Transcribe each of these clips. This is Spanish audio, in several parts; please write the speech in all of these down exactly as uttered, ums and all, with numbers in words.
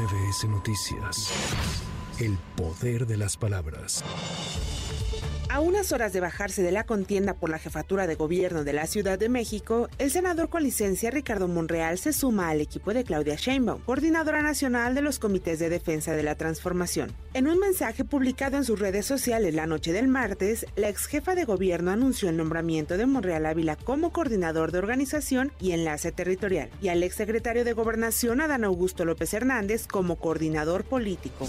M V S Noticias. El poder de las palabras. A unas horas de bajarse de la contienda por la jefatura de gobierno de la Ciudad de México, el senador con licencia Ricardo Monreal se suma al equipo de Claudia Sheinbaum, coordinadora nacional de los comités de defensa de la transformación. En un mensaje publicado en sus redes sociales la noche del martes, la ex jefa de gobierno anunció el nombramiento de Monreal Ávila como coordinador de organización y enlace territorial, y al ex secretario de Gobernación Adán Augusto López Hernández como coordinador político.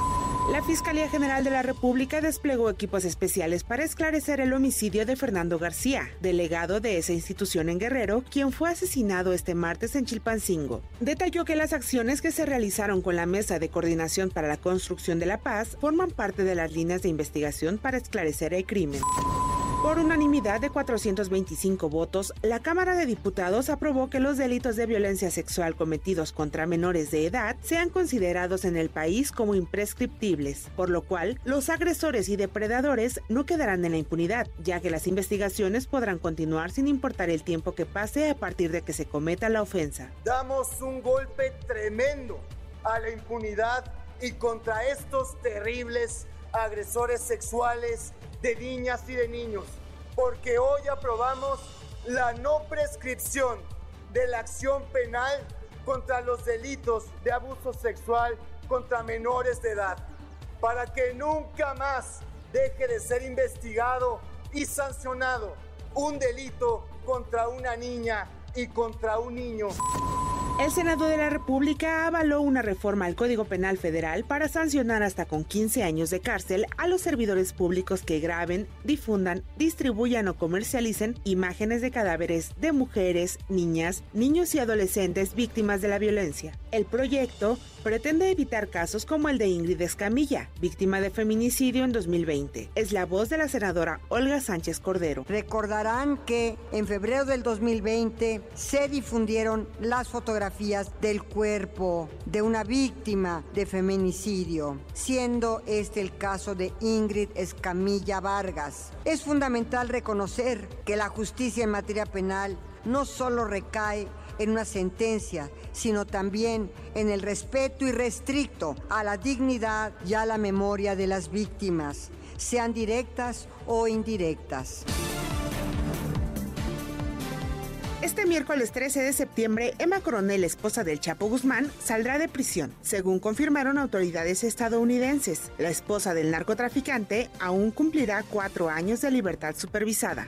La Fiscalía General de la República desplegó equipos especiales para esclarecer el homicidio de Fernando García, delegado de esa institución en Guerrero, quien fue asesinado este martes en Chilpancingo. Detalló que las acciones que se realizaron con la Mesa de Coordinación para la Construcción de la Paz forman parte de las líneas de investigación para esclarecer el crimen. Por unanimidad de cuatrocientos veinticinco votos, la Cámara de Diputados aprobó que los delitos de violencia sexual cometidos contra menores de edad sean considerados en el país como imprescriptibles, por lo cual los agresores y depredadores no quedarán en la impunidad, ya que las investigaciones podrán continuar sin importar el tiempo que pase a partir de que se cometa la ofensa. Damos un golpe tremendo a la impunidad y contra estos terribles agresores sexuales de niñas y de niños, porque hoy aprobamos la no prescripción de la acción penal contra los delitos de abuso sexual contra menores de edad, para que nunca más deje de ser investigado y sancionado un delito contra una niña y contra un niño. El Senado de la República avaló una reforma al Código Penal Federal para sancionar hasta con quince años de cárcel a los servidores públicos que graben, difundan, distribuyan o comercialicen imágenes de cadáveres de mujeres, niñas, niños y adolescentes víctimas de la violencia. El proyecto pretende evitar casos como el de Ingrid Escamilla, víctima de feminicidio en dos mil veinte. Es la voz de la senadora Olga Sánchez Cordero. Recordarán que en febrero del dos mil veinte se difundieron las fotografías del cuerpo de una víctima de feminicidio, siendo este el caso de Ingrid Escamilla Vargas. Es fundamental reconocer que la justicia en materia penal no solo recae en una sentencia, sino también en el respeto irrestricto a la dignidad y a la memoria de las víctimas, sean directas o indirectas. Este miércoles trece de septiembre, Emma Coronel, esposa del Chapo Guzmán, saldrá de prisión, según confirmaron autoridades estadounidenses. La esposa del narcotraficante aún cumplirá cuatro años de libertad supervisada.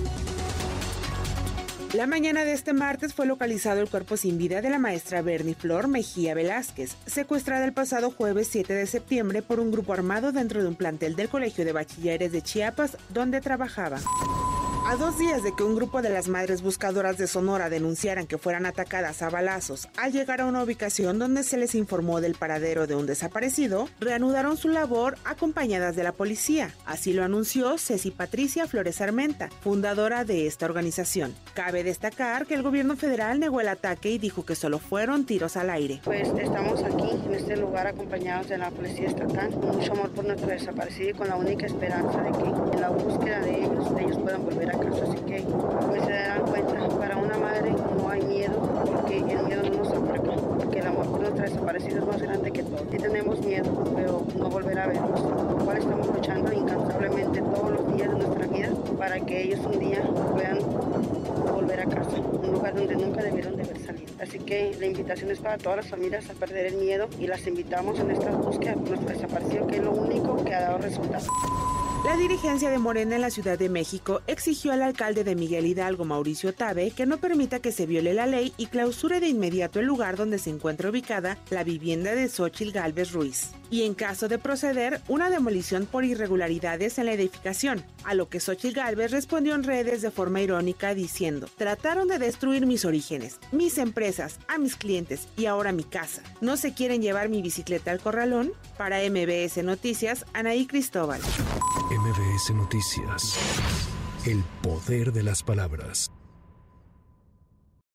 La mañana de este martes fue localizado el cuerpo sin vida de la maestra Bernie Flor Mejía Velázquez, secuestrada el pasado jueves siete de septiembre por un grupo armado dentro de un plantel del Colegio de Bachilleres de Chiapas, donde trabajaba. A dos días de que un grupo de las madres buscadoras de Sonora denunciaran que fueran atacadas a balazos al llegar a una ubicación donde se les informó del paradero de un desaparecido, reanudaron su labor acompañadas de la policía. Así lo anunció Ceci Patricia Flores Armenta, fundadora de esta organización. Cabe destacar que el gobierno federal negó el ataque y dijo que solo fueron tiros al aire. Pues estamos aquí en este lugar acompañados de la policía estatal, con mucho amor por nuestro desaparecido y con la única esperanza de que en la búsqueda de ellos, de ellos puedan volver a casa, así que pues se darán cuenta, para una madre no hay miedo, porque el miedo no nos ataca, porque el amor por nuestra desaparecida es más grande que todo. Sí tenemos miedo, pero no volver a verlos, por lo cual estamos luchando incansablemente todos los días de nuestra vida para que ellos un día puedan volver a casa, un lugar donde nunca debieron de haber salido. Así que la invitación es para todas las familias a perder el miedo y las invitamos en esta búsqueda por nuestro desaparecido, que es lo único que ha dado resultados. La dirigencia de Morena en la Ciudad de México exigió al alcalde de Miguel Hidalgo, Mauricio Tabe, que no permita que se viole la ley y clausure de inmediato el lugar donde se encuentra ubicada la vivienda de Xóchitl Gálvez Ruiz. Y en caso de proceder, una demolición por irregularidades en la edificación, a lo que Xóchitl Gálvez respondió en redes de forma irónica diciendo: trataron de destruir mis orígenes, mis empresas, a mis clientes y ahora mi casa. ¿No se quieren llevar mi bicicleta al corralón? Para M V S Noticias, Anaí Cristóbal. M V S Noticias. El poder de las palabras.